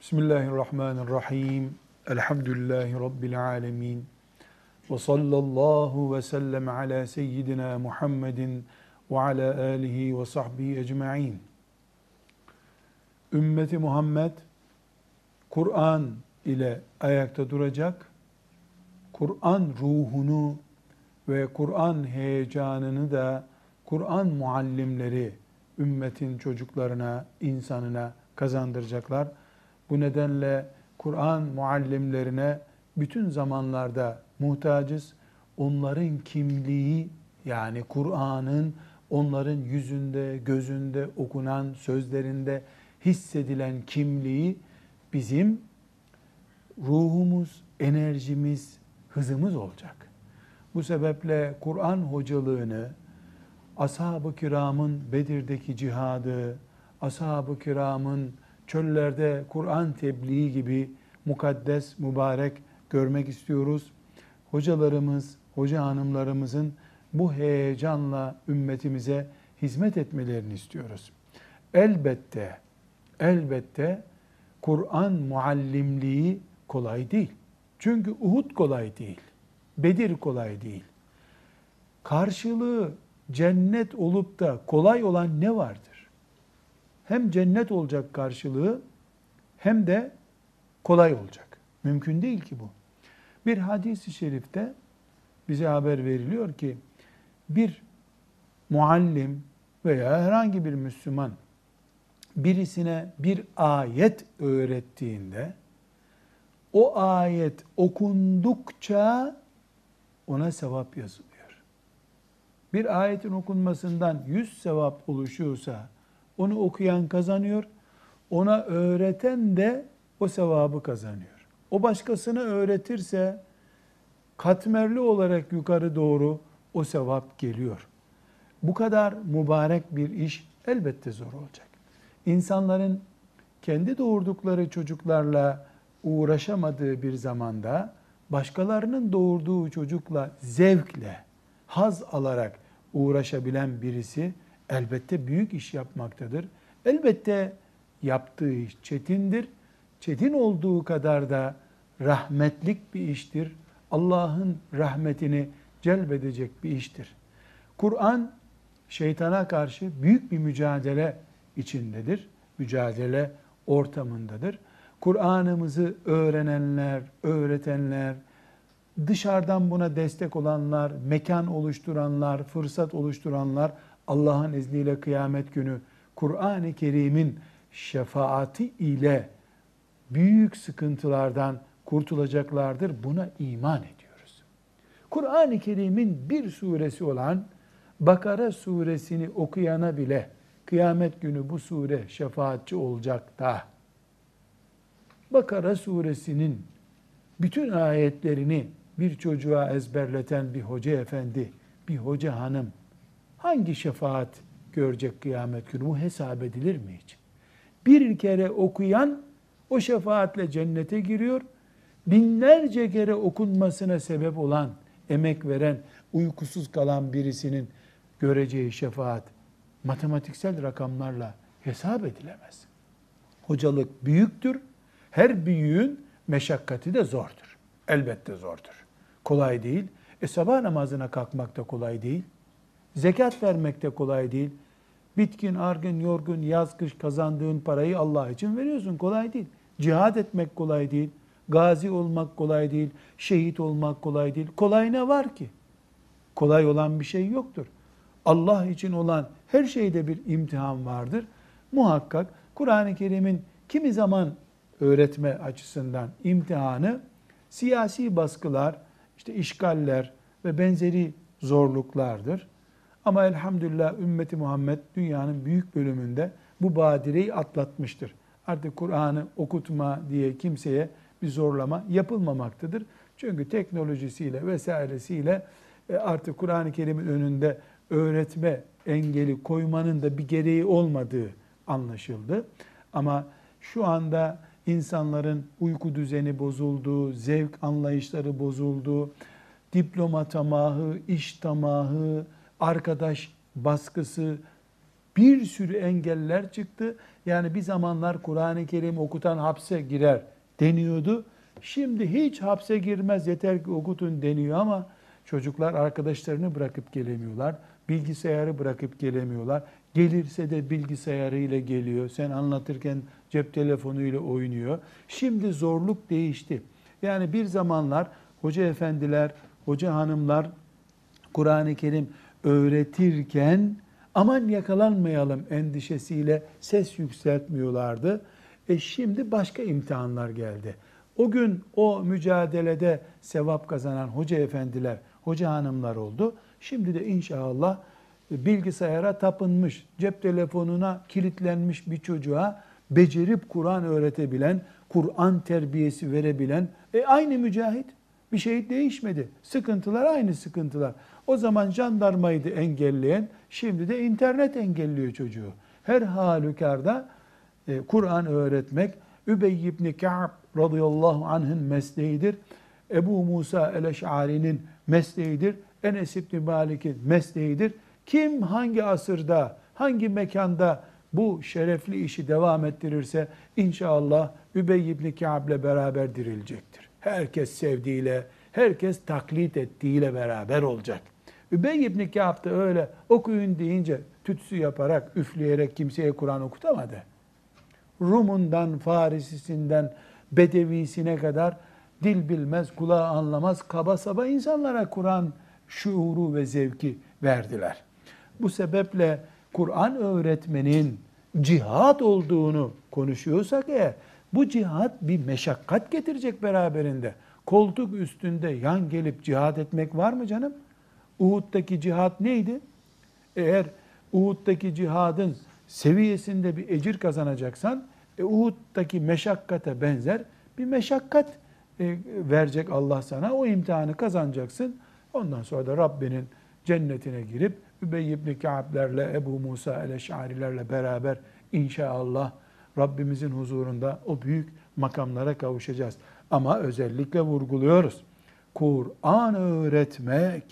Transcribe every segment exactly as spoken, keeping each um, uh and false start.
Bismillahirrahmanirrahim. Elhamdülillahi Rabbil alemin. Ve sallallahu ve sellem ala seyyidina Muhammedin ve ala alihi ve sahbihi ecma'in. Ümmeti Muhammed, Kur'an ile ayakta duracak, Kur'an ruhunu ve Kur'an heyecanını da Kur'an muallimleri ümmetin çocuklarına, insanına kazandıracaklar. Bu nedenle Kur'an muallimlerine bütün zamanlarda muhtacız. Onların kimliği, yani Kur'an'ın onların yüzünde, gözünde okunan, sözlerinde hissedilen kimliği bizim ruhumuz, enerjimiz, hızımız olacak. Bu sebeple Kur'an hocalığını, ashab-ı kiramın Bedir'deki cihadı, ashab-ı kiramın çöllerde Kur'an tebliği gibi mukaddes, mübarek görmek istiyoruz. Hocalarımız, hoca hanımlarımızın bu heyecanla ümmetimize hizmet etmelerini istiyoruz. Elbette, elbette Kur'an muallimliği kolay değil. Çünkü Uhud kolay değil, Bedir kolay değil. Karşılığı cennet olup da kolay olan ne vardır? Hem cennet olacak karşılığı hem de kolay olacak. Mümkün değil ki bu. Bir hadis-i şerifte bize haber veriliyor ki bir muallim veya herhangi bir Müslüman birisine bir ayet öğrettiğinde o ayet okundukça ona sevap yazılıyor. Bir ayetin okunmasından yüz sevap oluşuyorsa onu okuyan kazanıyor, ona öğreten de o sevabı kazanıyor. O başkasına öğretirse katmerli olarak yukarı doğru o sevap geliyor. Bu kadar mübarek bir iş elbette zor olacak. İnsanların kendi doğurdukları çocuklarla uğraşamadığı bir zamanda başkalarının doğurduğu çocukla zevkle, haz alarak uğraşabilen birisi elbette büyük iş yapmaktadır. Elbette yaptığı iş çetindir. Çetin olduğu kadar da rahmetlik bir iştir. Allah'ın rahmetini celbedecek bir iştir. Kur'an şeytana karşı büyük bir mücadele içindedir. Mücadele ortamındadır. Kur'an'ımızı öğrenenler, öğretenler, dışarıdan buna destek olanlar, mekan oluşturanlar, fırsat oluşturanlar Allah'ın izniyle kıyamet günü Kur'an-ı Kerim'in şefaati ile büyük sıkıntılardan kurtulacaklardır. Buna iman ediyoruz. Kur'an-ı Kerim'in bir suresi olan Bakara suresini okuyana bile kıyamet günü bu sure şefaatçi olacak da Bakara suresinin bütün ayetlerini bir çocuğa ezberleten bir hoca efendi, bir hoca hanım hangi şefaat görecek kıyamet günü? Bu hesap edilir mi hiç? Bir kere okuyan o şefaatle cennete giriyor. Binlerce kere okunmasına sebep olan, emek veren, uykusuz kalan birisinin göreceği şefaat matematiksel rakamlarla hesap edilemez. Hocalık büyüktür. Her büyüğün meşakkati de zordur. Elbette zordur. Kolay değil. E sabah namazına kalkmak da kolay değil. Zekat vermek de kolay değil. Bitkin, argın, yorgun, yaz kış kazandığın parayı Allah için veriyorsun. Kolay değil. Cihad etmek kolay değil. Gazi olmak kolay değil. Şehit olmak kolay değil. Kolay ne var ki? Kolay olan bir şey yoktur. Allah için olan her şeyde bir imtihan vardır. Muhakkak Kur'an-ı Kerim'in kimi zaman öğretme açısından imtihanı siyasi baskılar, işte işgaller ve benzeri zorluklardır. Ama elhamdülillah ümmeti Muhammed dünyanın büyük bölümünde bu badireyi atlatmıştır. Artık Kur'an'ı okutma diye kimseye bir zorlama yapılmamaktadır. Çünkü teknolojisiyle vesairesiyle artık Kur'an-ı Kerim'in önünde öğretme engeli koymanın da bir gereği olmadığı anlaşıldı. Ama şu anda insanların uyku düzeni bozuldu, zevk anlayışları bozuldu, diploma tamahı, iş tamahı, arkadaş baskısı, Bir sürü engeller çıktı. Yani bir zamanlar Kur'an-ı Kerim okutan hapse girer deniyordu. Şimdi hiç hapse girmez, yeter ki okutun deniyor ama çocuklar arkadaşlarını bırakıp gelemiyorlar. Bilgisayarı bırakıp gelemiyorlar. Gelirse de bilgisayarıyla geliyor. Sen anlatırken cep telefonuyla oynuyor. Şimdi zorluk değişti. Yani bir zamanlar hoca efendiler, hoca hanımlar Kur'an-ı Kerim öğretirken aman yakalanmayalım endişesiyle ses yükseltmiyorlardı. E şimdi başka imtihanlar geldi. O gün o mücadelede sevap kazanan hoca efendiler, hoca hanımlar oldu. Şimdi de inşallah bilgisayara tapınmış, cep telefonuna kilitlenmiş bir çocuğa becerip Kur'an öğretebilen, Kur'an terbiyesi verebilen, e aynı mücahit. Bir şey değişmedi. Sıkıntılar aynı sıkıntılar. O zaman jandarmaydı engelleyen, şimdi de internet engelliyor çocuğu. Her halükarda e, Kur'an öğretmek, Übey ibn Ka'b radıyallahu anh'ın mesleğidir. Ebu Musa el-Eş'ari'nin mesleğidir. Enes ibn Malik'in mesleğidir. Kim hangi asırda, hangi mekanda bu şerefli işi devam ettirirse inşallah Übey ibn Ka'b'le beraber dirilecektir. Herkes sevdiğiyle, herkes taklit ettiğiyle beraber olacak. Übey ibn Ka'b da öyle okuyun deyince tütsü yaparak, üfleyerek kimseye Kur'an okutamadı. Rumundan, Farisisinden, Bedevisine kadar dil bilmez, kulağı anlamaz, kaba saba insanlara Kur'an şuuru ve zevki verdiler. Bu sebeple Kur'an öğretmenin cihat olduğunu konuşuyorsak eğer, bu cihat bir meşakkat getirecek beraberinde. Koltuk üstünde yan gelip cihat etmek var mı canım? Uhud'daki cihat neydi? Eğer Uhud'daki cihadın seviyesinde bir ecir kazanacaksan, e, Uhud'daki meşakkate benzer bir meşakkat e, verecek Allah sana. O imtihanı kazanacaksın. Ondan sonra da Rabbinin cennetine girip Übey ibn Ka'b'lerle, Ebu Musa el-Eş'arilerle beraber inşallah Rabbimizin huzurunda o büyük makamlara kavuşacağız. Ama özellikle vurguluyoruz. Kur'an öğretmek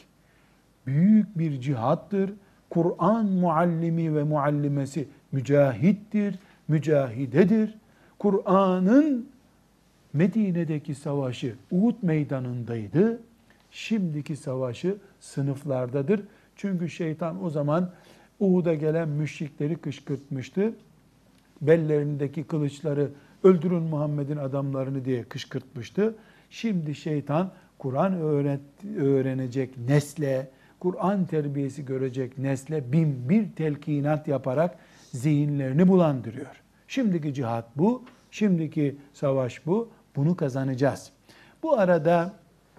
büyük bir cihattır. Kur'an muallimi ve muallimesi mücahittir, mücahidedir. Kur'an'ın Medine'deki savaşı Uhud meydanındaydı. Şimdiki savaşı sınıflardadır. Çünkü şeytan o zaman Uhud'a gelen müşrikleri kışkırtmıştı. Bellerindeki kılıçları öldürün Muhammed'in adamlarını diye kışkırtmıştı. Şimdi şeytan Kur'an öğret, öğrenecek nesle, Kur'an terbiyesi görecek nesle bin bir telkinat yaparak zihinlerini bulandırıyor. Şimdiki cihat bu, şimdiki savaş bu, bunu kazanacağız. Bu arada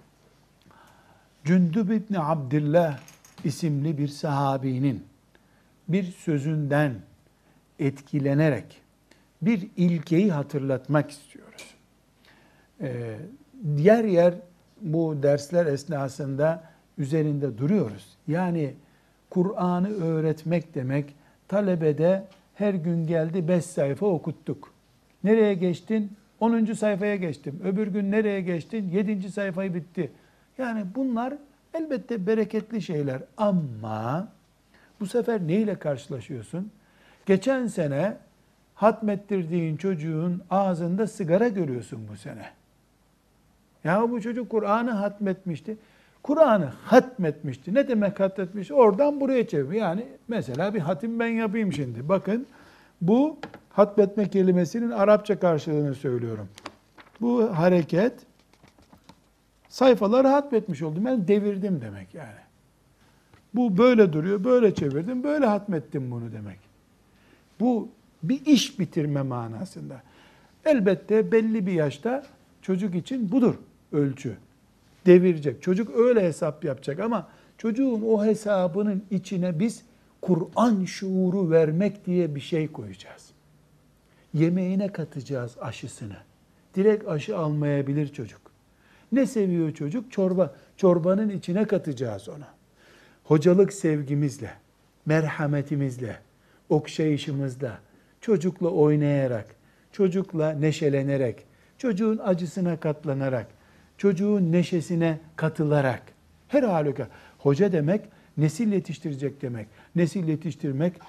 Cündüb İbni Abdillah isimli bir sahabinin bir sözünden etkilenerek bir ilkeyi hatırlatmak istiyoruz. Ee, yer yer bu dersler esnasında üzerinde duruyoruz. Yani Kur'an'ı öğretmek demek, talebede her gün geldi beş sayfa okuttuk. Nereye geçtin? onuncu sayfaya geçtim. Öbür gün nereye geçtin? yedinci sayfayı bitti. Yani bunlar elbette bereketli şeyler ama bu sefer neyle karşılaşıyorsun? Geçen sene hatmettirdiğin çocuğun ağzında sigara görüyorsun bu sene. Ya bu çocuk Kur'an'ı hatmetmişti. Kur'an'ı hatmetmişti. Ne demek hatmetmiş? Oradan buraya çevir. Yani mesela bir hatim ben yapayım şimdi. Bakın bu hatmetme kelimesinin Arapça karşılığını söylüyorum. Bu hareket sayfaları hatmetmiş oldum. Ben devirdim demek yani. Bu böyle duruyor, böyle çevirdim, böyle hatmettim bunu demek. Bu bir iş bitirme manasında. Elbette belli bir yaşta çocuk için budur ölçü. Devirecek. Çocuk öyle hesap yapacak ama çocuğun o hesabının içine biz Kur'an şuuru vermek diye bir şey koyacağız. Yemeğine katacağız aşısını. Direkt aşı almayabilir çocuk. Ne seviyor çocuk? Çorba. Çorbanın içine katacağız ona. Hocalık sevgimizle, merhametimizle, okşayışımızla, çocukla oynayarak, çocukla neşelenerek, çocuğun acısına katlanarak, çocuğun neşesine katılarak, her halükarda hoca demek nesil yetiştirecek demek. Nesil yetiştirmek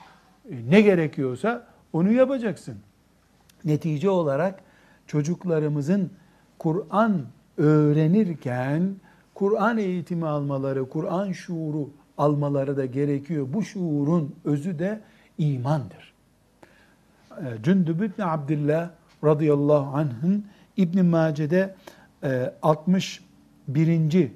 E, ne gerekiyorsa onu yapacaksın. Netice olarak çocuklarımızın Kur'an öğrenirken Kur'an eğitimi almaları, Kur'an şuuru almaları da gerekiyor. Bu şuurun özü de imandır. Cündüb ibn Abdillah radıyallahu anh'ın İbn Mace'de altmış birinci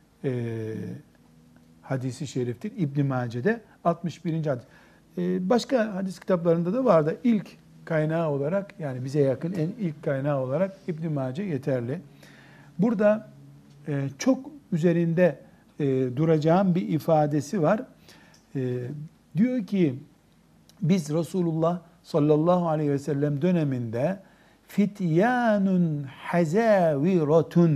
hadisi şeriftir. İbn Mace'de altmış birinci hadis. Başka hadis kitaplarında da var da ilk kaynağı olarak, yani bize yakın en ilk kaynağı olarak İbn Mace yeterli. Burada e, çok üzerinde e, duracağım bir ifadesi var. E, diyor ki biz Resulullah sallallahu aleyhi ve sellem döneminde fityanun hazaviratun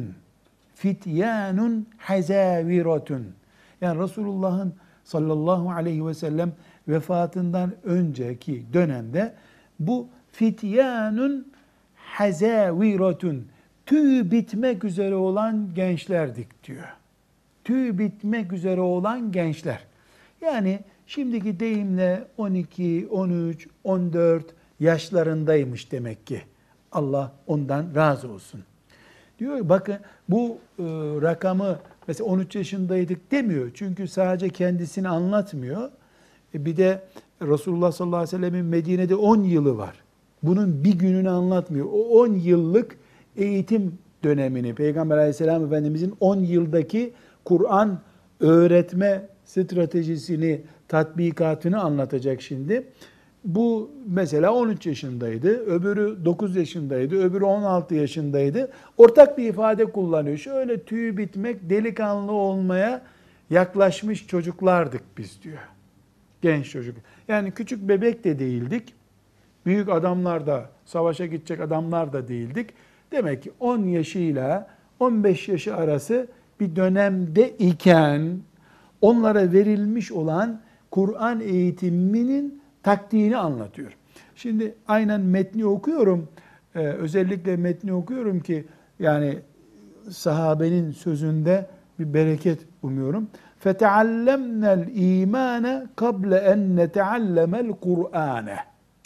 fityanun hazaviratun, yani Resulullah'ın sallallahu aleyhi ve sellem vefatından önceki dönemde bu fityanun hazaviratun, tüy bitmek üzere olan gençlerdik diyor. Tüy bitmek üzere olan gençler. Yani şimdiki deyimle on iki, on üç, on dört yaşlarındaymış demek ki. Allah ondan razı olsun. Diyor bakın bu e, rakamı mesela on üç yaşındaydık demiyor. Çünkü sadece kendisini anlatmıyor. E, bir de Resulullah sallallahu aleyhi ve sellemin Medine'de on yılı var. Bunun bir gününü anlatmıyor. O on yıllık eğitim dönemini, Peygamber aleyhisselam Efendimizin on yıldaki Kur'an öğretme stratejisini, tatbikatını anlatacak şimdi. Bu mesela on üç yaşındaydı, öbürü dokuz yaşındaydı, öbürü on altı yaşındaydı. Ortak bir ifade kullanıyor. Şöyle tüy bitmek, delikanlı olmaya yaklaşmış çocuklardık biz diyor. Genç çocuk. Yani küçük bebek de değildik. Büyük adamlar da, savaşa gidecek adamlar da değildik. Demek ki on yaşıyla on beş yaşı arası bir dönemde iken onlara verilmiş olan Kur'an eğitiminin taktiğini anlatıyor. Şimdi aynen metni okuyorum. Ee, özellikle metni okuyorum ki yani sahabenin sözünde bir bereket umuyorum. فَتَعَلَّمْنَا الْا۪يمَانَ قَبْلَ اَنْ نَتَعَلَّمَ الْقُرْآنَ.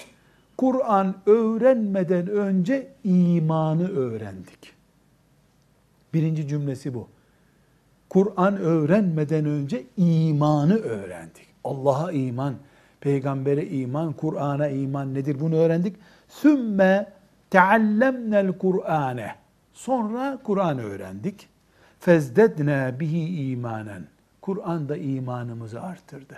Kur'an öğrenmeden önce imanı öğrendik. Birinci cümlesi bu. Kur'an öğrenmeden önce imanı öğrendik. Allah'a iman, peygambere iman, Kur'an'a iman nedir bunu öğrendik. ثُمَّ تَعَلَّمْنَا الْقُرْآنَ. Sonra Kur'an öğrendik. فَازْدَدْنَا بِهِ imanen. Kur'an da imanımızı artırdı.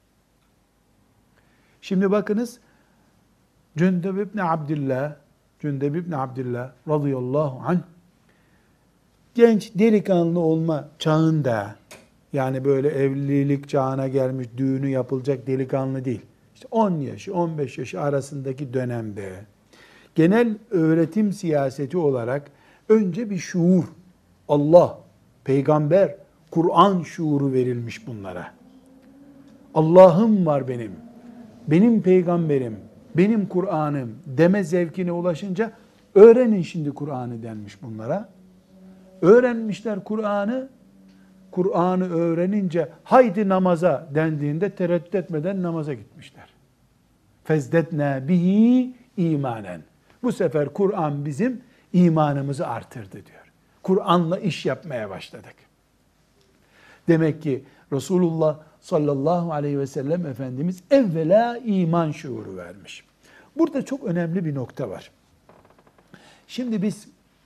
Şimdi bakınız, Cündüb ibn Abdillah, Cündüb ibn Abdillah radıyallahu anh, genç delikanlı olma çağında, yani böyle evlilik çağına gelmiş, düğünü yapılacak delikanlı değil. İşte on yaşı, on beş yaşı arasındaki dönemde genel öğretim siyaseti olarak önce bir şuur, Allah, peygamber, Kur'an şuuru verilmiş bunlara. Allah'ım var benim, benim peygamberim, benim Kur'an'ım deme zevkine ulaşınca öğrenin şimdi Kur'an'ı denmiş bunlara. Öğrenmişler Kur'an'ı. Kur'an'ı öğrenince haydi namaza dendiğinde tereddüt etmeden namaza gitmişler. Fezdetna bihi imanen. Bu sefer Kur'an bizim imanımızı artırdı diyor. Kur'an'la iş yapmaya başladık. Demek ki Resulullah sallallahu aleyhi ve sellem Efendimiz evvela iman şuuru vermiş. Burada çok önemli bir nokta var. Şimdi biz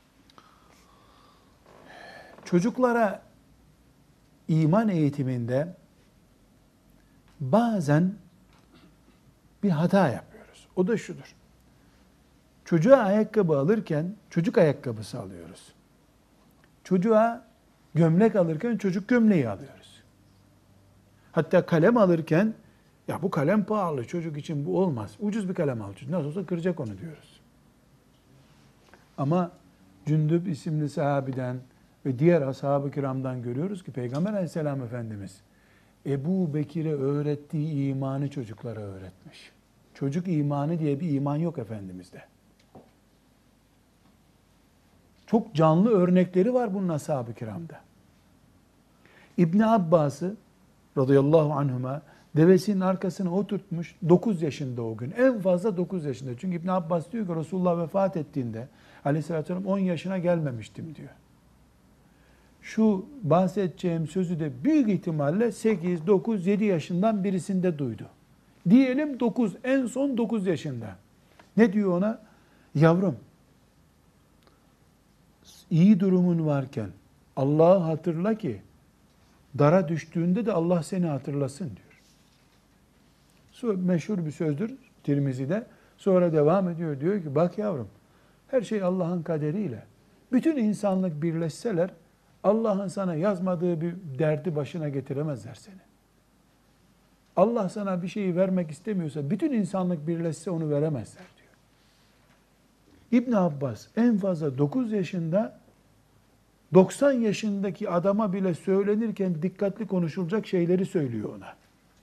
çocuklara iman eğitiminde bazen bir hata yapıyoruz. O da şudur. Çocuğa ayakkabı alırken çocuk ayakkabısı alıyoruz. Çocuğa gömlek alırken çocuk gömleği alıyoruz. Hatta kalem alırken ya bu kalem pahalı, çocuk için bu olmaz. Ucuz bir kalem al. Nasıl olsa kıracak onu diyoruz. Ama Cündüb isimli sahabiden ve diğer ashab-ı kiramdan görüyoruz ki Peygamber aleyhisselam Efendimiz Ebu Bekir'e öğrettiği imanı çocuklara öğretmiş. Çocuk imanı diye bir iman yok Efendimiz'de. Çok canlı örnekleri var bunun ashab-ı kiramda. İbn Abbas'ı radıyallahu anhuma Devesinin arkasına oturtmuş. dokuz yaşında o gün. En fazla dokuz yaşında. Çünkü İbn Abbas diyor ki Resulullah vefat ettiğinde Aleyhisselatü Vesselam on yaşına gelmemiştim diyor. Şu bahsedeceğim sözü de büyük ihtimalle sekiz, dokuz, yedi yaşından birisinde duydu. Diyelim dokuz, en son dokuz yaşında. Ne diyor ona? Yavrum, iyi durumun varken Allah'ı hatırla ki dara düştüğünde de Allah seni hatırlasın diyor. Meşhur bir sözdür Tirmizi'de. Sonra devam ediyor. Diyor ki bak yavrum, her şey Allah'ın kaderiyle. Bütün insanlık birleşseler Allah'ın sana yazmadığı bir derdi başına getiremezler seni. Allah sana bir şeyi vermek istemiyorsa bütün insanlık birleşse onu veremezler diyor. İbn Abbas en fazla dokuz yaşında doksan yaşındaki adama bile söylenirken dikkatli konuşulacak şeyleri söylüyor ona.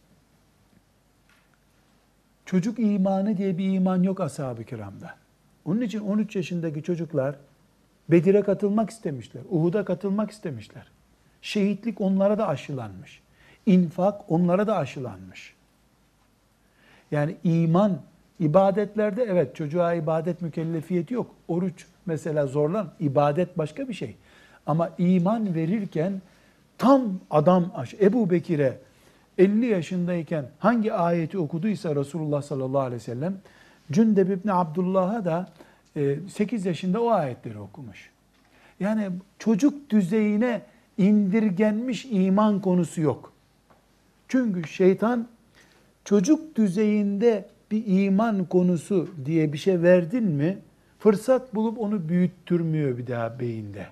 Çocuk imanı diye bir iman yok ashab-ı kiramda. Onun için on üç yaşındaki çocuklar Bedir'e katılmak istemişler. Uhud'a katılmak istemişler. Şehitlik onlara da aşılanmış. İnfak onlara da aşılanmış. Yani iman, ibadetlerde evet çocuğa ibadet mükellefiyeti yok. Oruç mesela zorlan, ibadet başka bir şey. Ama iman verirken tam adam aş. Ebu Bekir'e elli yaşındayken hangi ayeti okuduysa Resulullah sallallahu aleyhi ve sellem, Cündeb İbni Abdullah'a da sekiz yaşında o ayetleri okumuş. Yani çocuk düzeyine indirgenmiş iman konusu yok. Çünkü şeytan çocuk düzeyinde bir iman konusu diye bir şey verdin mi, fırsat bulup onu büyüttürmüyor bir daha beyinde.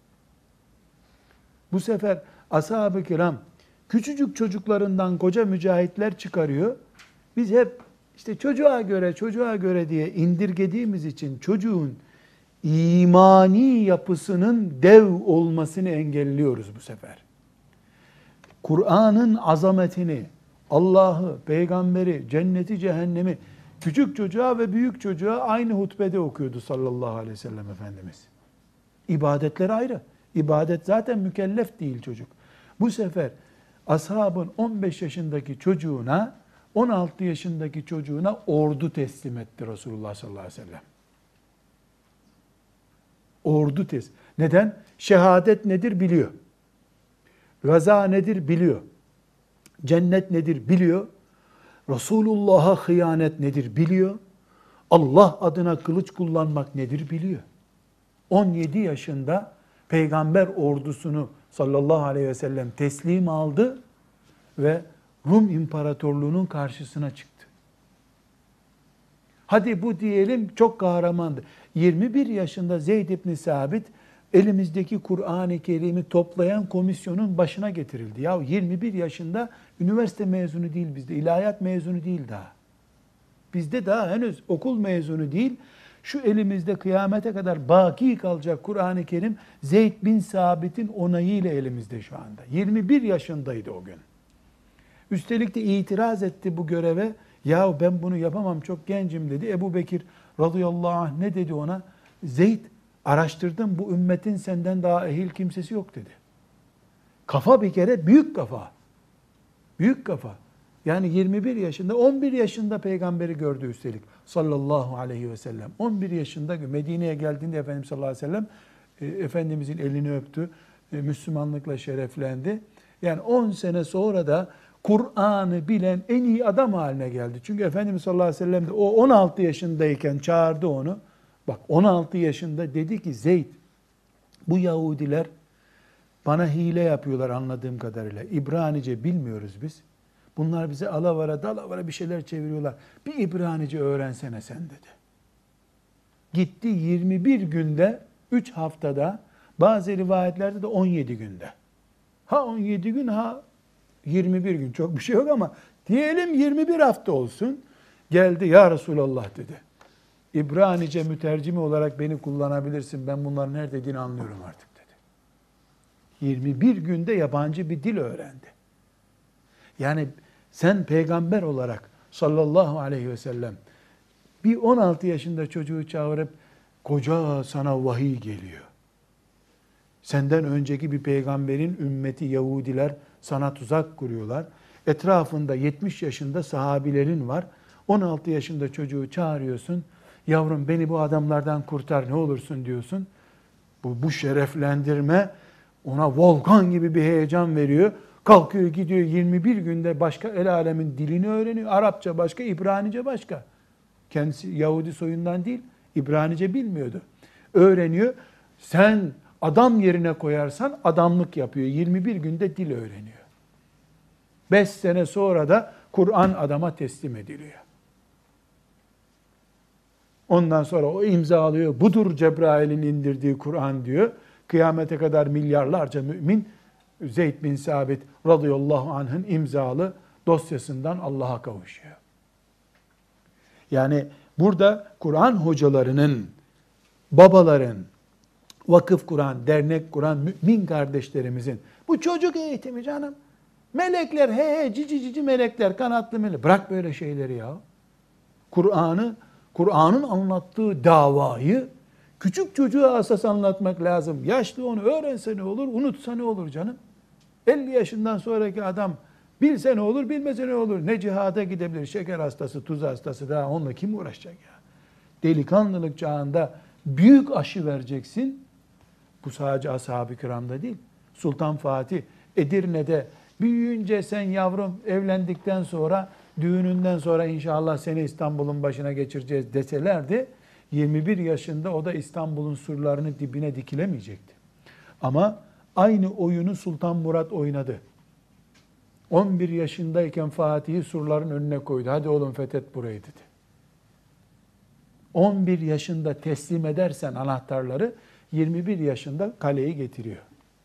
Bu sefer ashab-ı kiram küçücük çocuklarından koca mücahitler çıkarıyor. Biz hep işte çocuğa göre, çocuğa göre diye indirgediğimiz için çocuğun imani yapısının dev olmasını engelliyoruz bu sefer. Kur'an'ın azametini, Allah'ı, peygamberi, cenneti, cehennemi küçük çocuğa ve büyük çocuğa aynı hutbede okuyordu sallallahu aleyhi ve sellem Efendimiz. İbadetleri ayrı. İbadet zaten mükellef değil çocuk. Bu sefer ashabın on beş yaşındaki çocuğuna, on altı yaşındaki çocuğuna ordu teslim etti Resulullah sallallahu aleyhi ve sellem. Ordu teslim. Neden? Şehadet nedir biliyor. Gaza nedir biliyor. Cennet nedir biliyor. Resulullah'a hıyanet nedir biliyor. Allah adına kılıç kullanmak nedir biliyor. on yedi yaşında peygamber ordusunu sallallahu aleyhi ve sellem teslim aldı ve Rum İmparatorluğu'nun karşısına çıktı. Hadi bu diyelim çok kahramandı. yirmi bir yaşında Zeyd ibn Sabit elimizdeki Kur'an-ı Kerim'i toplayan komisyonun başına getirildi. Ya yirmi bir yaşında üniversite mezunu değil bizde, ilahiyat mezunu değil daha. Bizde daha henüz okul mezunu değil. Şu elimizde kıyamete kadar baki kalacak Kur'an-ı Kerim Zeyd bin Sabit'in onayıyla elimizde şu anda. yirmi bir yaşındaydı o gün. Üstelik de itiraz etti bu göreve. Ya ben bunu yapamam, çok gencim dedi. Ebu Bekir radıyallahu anh ne dedi ona? Zeyd, araştırdım, bu ümmetin senden daha ehil kimsesi yok dedi. Kafa bir kere büyük kafa. Büyük kafa. Yani yirmi bir yaşında, on bir yaşında peygamberi gördü üstelik sallallahu aleyhi ve sellem. on bir yaşında Medine'ye geldiğinde Efendimiz sallallahu aleyhi ve sellem e, Efendimizin elini öptü. E, Müslümanlıkla şereflendi. Yani on sene sonra da Kur'an'ı bilen en iyi adam haline geldi. Çünkü Efendimiz sallallahu aleyhi ve sellem de o on altı yaşındayken çağırdı onu. Bak on altı yaşında dedi ki Zeyd, bu Yahudiler bana hile yapıyorlar anladığım kadarıyla. İbranice bilmiyoruz biz. Bunlar bize alavara dalavara bir şeyler çeviriyorlar. Bir İbranice öğrensene sen dedi. Gitti yirmi bir günde, üç haftada, bazı rivayetlerde de on yedi günde. Ha on yedi gün ha yirmi bir gün, çok bir şey yok ama diyelim yirmi bir hafta olsun. Geldi ya Resulallah dedi. İbranice mütercimi olarak beni kullanabilirsin. Ben bunların her dediğini anlıyorum artık dedi. yirmi bir günde yabancı bir dil öğrendi. Yani sen peygamber olarak sallallahu aleyhi ve sellem bir on altı yaşında çocuğu çağırıp koca sana vahiy geliyor. Senden önceki bir peygamberin ümmeti Yahudiler sana tuzak kuruyorlar. Etrafında yetmiş yaşında sahabilerin var. on altı yaşında çocuğu çağırıyorsun. Yavrum beni bu adamlardan kurtar ne olursun diyorsun. Bu, bu şereflendirme ona volkan gibi bir heyecan veriyor. Kalkıyor gidiyor yirmi bir günde başka el alemin dilini öğreniyor. Arapça başka, İbranice başka. Kendisi Yahudi soyundan değil, İbranice bilmiyordu. Öğreniyor. Sen adam yerine koyarsan adamlık yapıyor. yirmi bir günde dil öğreniyor. beş sene sonra da Kur'an adama teslim ediliyor. Ondan sonra o imzalıyor. Budur Cebrail'in indirdiği Kur'an diyor. Kıyamete kadar milyarlarca mümin Zeyd bin Sabit radıyallahu anh'ın imzalı dosyasından Allah'a kavuşuyor. Yani burada Kur'an hocalarının, babaların, vakıf kuran, dernek kuran mümin kardeşlerimizin bu çocuk eğitimi canım. Melekler he he cici cici melekler, kanatlı melek. Bırak böyle şeyleri ya. Kur'an'ı, Kur'an'ın anlattığı davayı küçük çocuğa asas anlatmak lazım. Yaşlı onu öğrense ne olur, unutsa ne olur canım. elli yaşından sonraki adam bilse ne olur, bilmese ne olur. Ne cihada gidebilir, şeker hastası, tuz hastası, daha onunla kim uğraşacak ya? Delikanlılık çağında büyük aşı vereceksin. Bu sadece ashab-ı kiramda değil. Sultan Fatih Edirne'de büyüyünce sen yavrum evlendikten sonra, düğününden sonra inşallah seni İstanbul'un başına geçireceğiz deselerdi, yirmi bir yaşında o da İstanbul'un surlarının dibine dikilemeyecekti. Ama aynı oyunu Sultan Murat oynadı. on bir yaşındayken Fatih'i surların önüne koydu. Hadi oğlum fethet burayı dedi. on bir yaşında teslim edersen anahtarları, yirmi bir yaşında kaleyi getiriyor.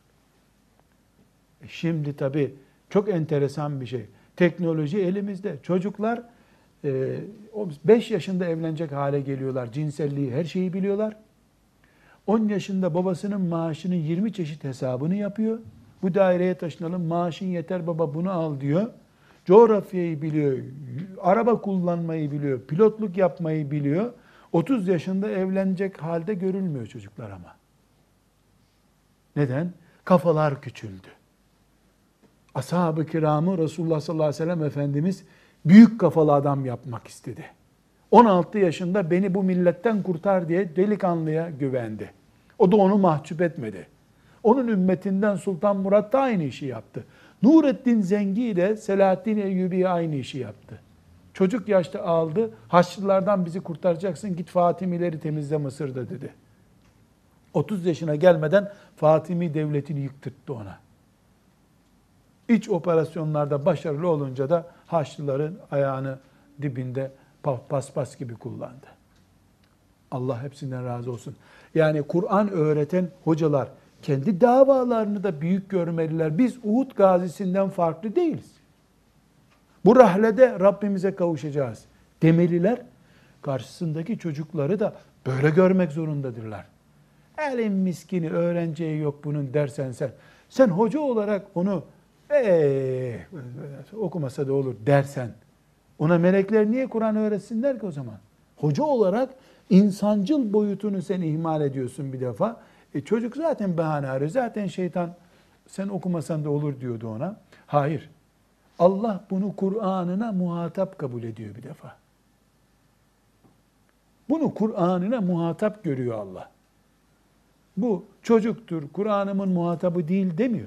Şimdi tabii çok enteresan bir şey. Teknoloji elimizde. Çocuklar beş yaşında evlenecek hale geliyorlar. Cinselliği, her şeyi biliyorlar. on yaşında babasının maaşının yirmi çeşit hesabını yapıyor. Bu daireye taşınalım, maaşın yeter baba bunu al diyor. Coğrafyayı biliyor, araba kullanmayı biliyor, pilotluk yapmayı biliyor. otuz yaşında evlenecek halde görülmüyor çocuklar ama. Neden? Kafalar küçüldü. Ashab-ı kiramı Resulullah sallallahu aleyhi ve sellem Efendimiz büyük kafalı adam yapmak istedi. on altı yaşında beni bu milletten kurtar diye delikanlıya güvendi. O da onu mahcup etmedi. Onun ümmetinden Sultan Murat da aynı işi yaptı. Nureddin Zengi de Selahaddin Eyyubi aynı işi yaptı. Çocuk yaşta aldı, Haçlılardan bizi kurtaracaksın, git Fatimileri temizle Mısır'da dedi. otuz yaşına gelmeden Fatimi devletini yıktırttı ona. İç operasyonlarda başarılı olunca da Haçlıların ayağını dibinde paspas gibi kullandı. Allah hepsinden razı olsun. Yani Kur'an öğreten hocalar kendi davalarını da büyük görmeliler. Biz Uhud gazisinden farklı değiliz. Bu rahlede Rabbimize kavuşacağız demeliler. Karşısındaki çocukları da böyle görmek zorundadırlar. Elin miskini, öğrenciye yok bunun dersen sen. Sen hoca olarak onu ee, okumasa da olur dersen, ona melekler niye Kur'an öğretsinler ki o zaman? Hoca olarak insancıl boyutunu sen ihmal ediyorsun bir defa. E çocuk zaten bahane arıyor. Zaten şeytan sen okumasan da olur diyordu ona. Hayır. Allah bunu Kur'an'ına muhatap kabul ediyor bir defa. Bunu Kur'an'ına muhatap görüyor Allah. Bu çocuktur, Kur'an'ımın muhatabı değil demiyor.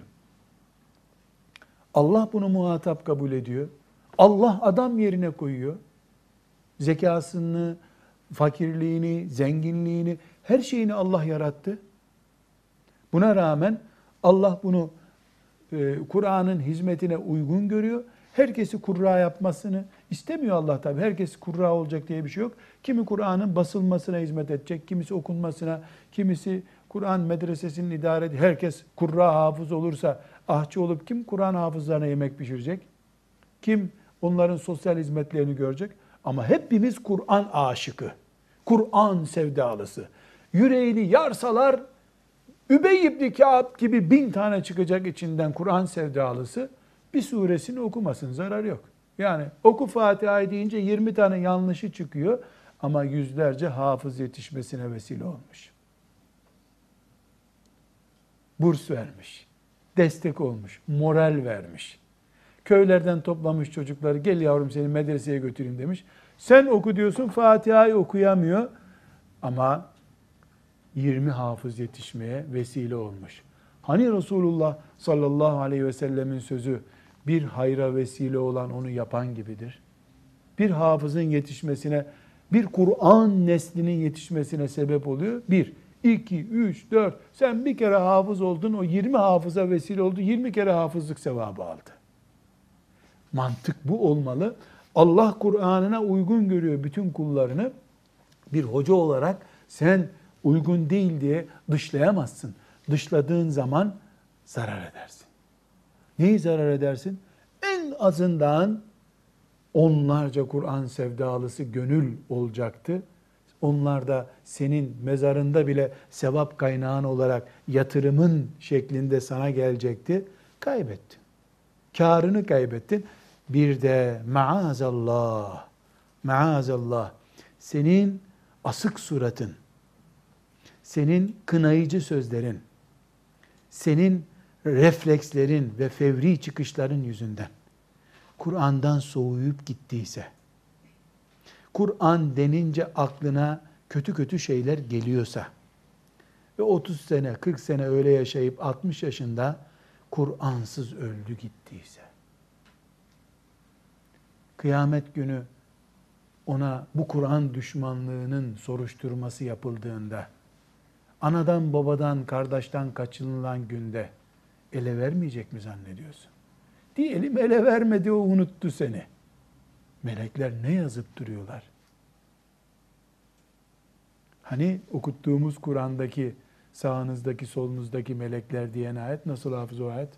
Allah bunu muhatap kabul ediyor. Allah adam yerine koyuyor. Zekasını, fakirliğini, zenginliğini, her şeyini Allah yarattı. Buna rağmen Allah bunu e, Kur'an'ın hizmetine uygun görüyor. Herkesi kurra yapmasını istemiyor Allah tabii. Herkes kurra olacak diye bir şey yok. Kimi Kur'an'ın basılmasına hizmet edecek, kimisi okunmasına, kimisi Kur'an medresesinin idare edecek. Herkes kurra hafız olursa ahçı olup kim Kur'an hafızlarına yemek pişirecek? Kim onların sosyal hizmetlerini görecek? Ama hepimiz Kur'an aşıkı, Kur'an sevdalısı. Yüreğini yarsalar, Übey ibn Kâb gibi bin tane çıkacak içinden Kur'an sevdalısı, bir suresini okumasın, zarar yok. Yani oku Fatiha'yı deyince yirmi tane yanlışı çıkıyor ama yüzlerce hafız yetişmesine vesile olmuş. Burs vermiş, destek olmuş, moral vermiş. Köylerden toplamış çocukları, gel yavrum seni medreseye götüreyim demiş. Sen oku diyorsun, Fatiha'yı okuyamıyor. Ama yirmi hafız yetişmeye vesile olmuş. Hani Resulullah sallallahu aleyhi ve sellemin sözü, bir hayra vesile olan onu yapan gibidir. Bir hafızın yetişmesine, bir Kur'an neslinin yetişmesine sebep oluyor. Bir, iki, üç, dört. Sen bir kere hafız oldun, o yirmi hafıza vesile oldu, yirmi kere hafızlık sevabı aldı. Mantık bu olmalı. Allah Kur'an'ına uygun görüyor bütün kullarını. Bir hoca olarak sen uygun değil diye dışlayamazsın. Dışladığın zaman zarar edersin. Neyi zarar edersin? En azından onlarca Kur'an sevdalısı gönül olacaktı. Onlar da senin mezarında bile sevap kaynağın olarak yatırımın şeklinde sana gelecekti. Kaybettin. Kârını kaybettin. Bir de maazallah, maazallah, senin asık suratın, senin kınayıcı sözlerin, senin reflekslerin ve fevri çıkışların yüzünden Kur'an'dan soğuyup gittiyse, Kur'an denince aklına kötü kötü şeyler geliyorsa ve otuz sene, kırk sene öyle yaşayıp altmış yaşında Kur'ansız öldü gittiyse, kıyamet günü ona bu Kur'an düşmanlığının soruşturması yapıldığında, anadan babadan kardeşten kaçınılan günde ele vermeyecek mi zannediyorsun? Diyelim ele vermedi, o unuttu seni. Melekler ne yazıp duruyorlar? Hani okuttuğumuz Kur'an'daki sağınızdaki solunuzdaki melekler diyen ayet nasıl hafız o ayet?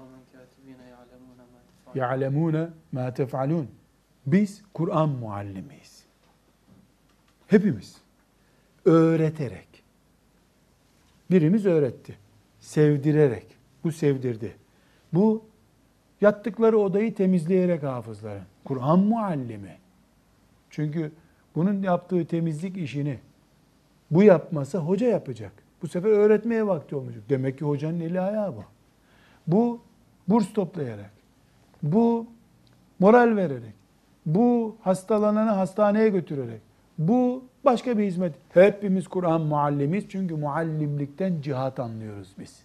يَعْلَمُونَ مَا تَفْعَلُونَ. Biz Kur'an muallimiyiz. Hepimiz. Öğreterek. Birimiz öğretti. Sevdirerek. Bu sevdirdi. Bu yattıkları odayı temizleyerek hafızların. Kur'an muallimi. Çünkü bunun yaptığı temizlik işini bu yapmasa hoca yapacak. Bu sefer öğretmeye vakti olmayacak. Demek ki hocanın eli ayağı bu. Bu burs toplayarak, bu moral vererek, bu hastalananı hastaneye götürerek, bu başka bir hizmet. Hepimiz Kur'an muallimiz, çünkü muallimlikten cihat anlıyoruz biz.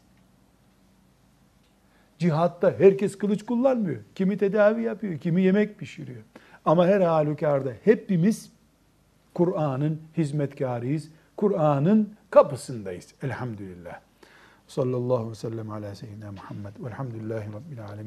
Cihatta herkes kılıç kullanmıyor. Kimi tedavi yapıyor, kimi yemek pişiriyor. Ama her halükarda hepimiz Kur'an'ın hizmetkarıyız. Kur'an'ın kapısındayız. Elhamdülillah. Sallallahu aleyhi ve sellem ala seyyidina Muhammed. Velhamdülillahi Rabbil alemin.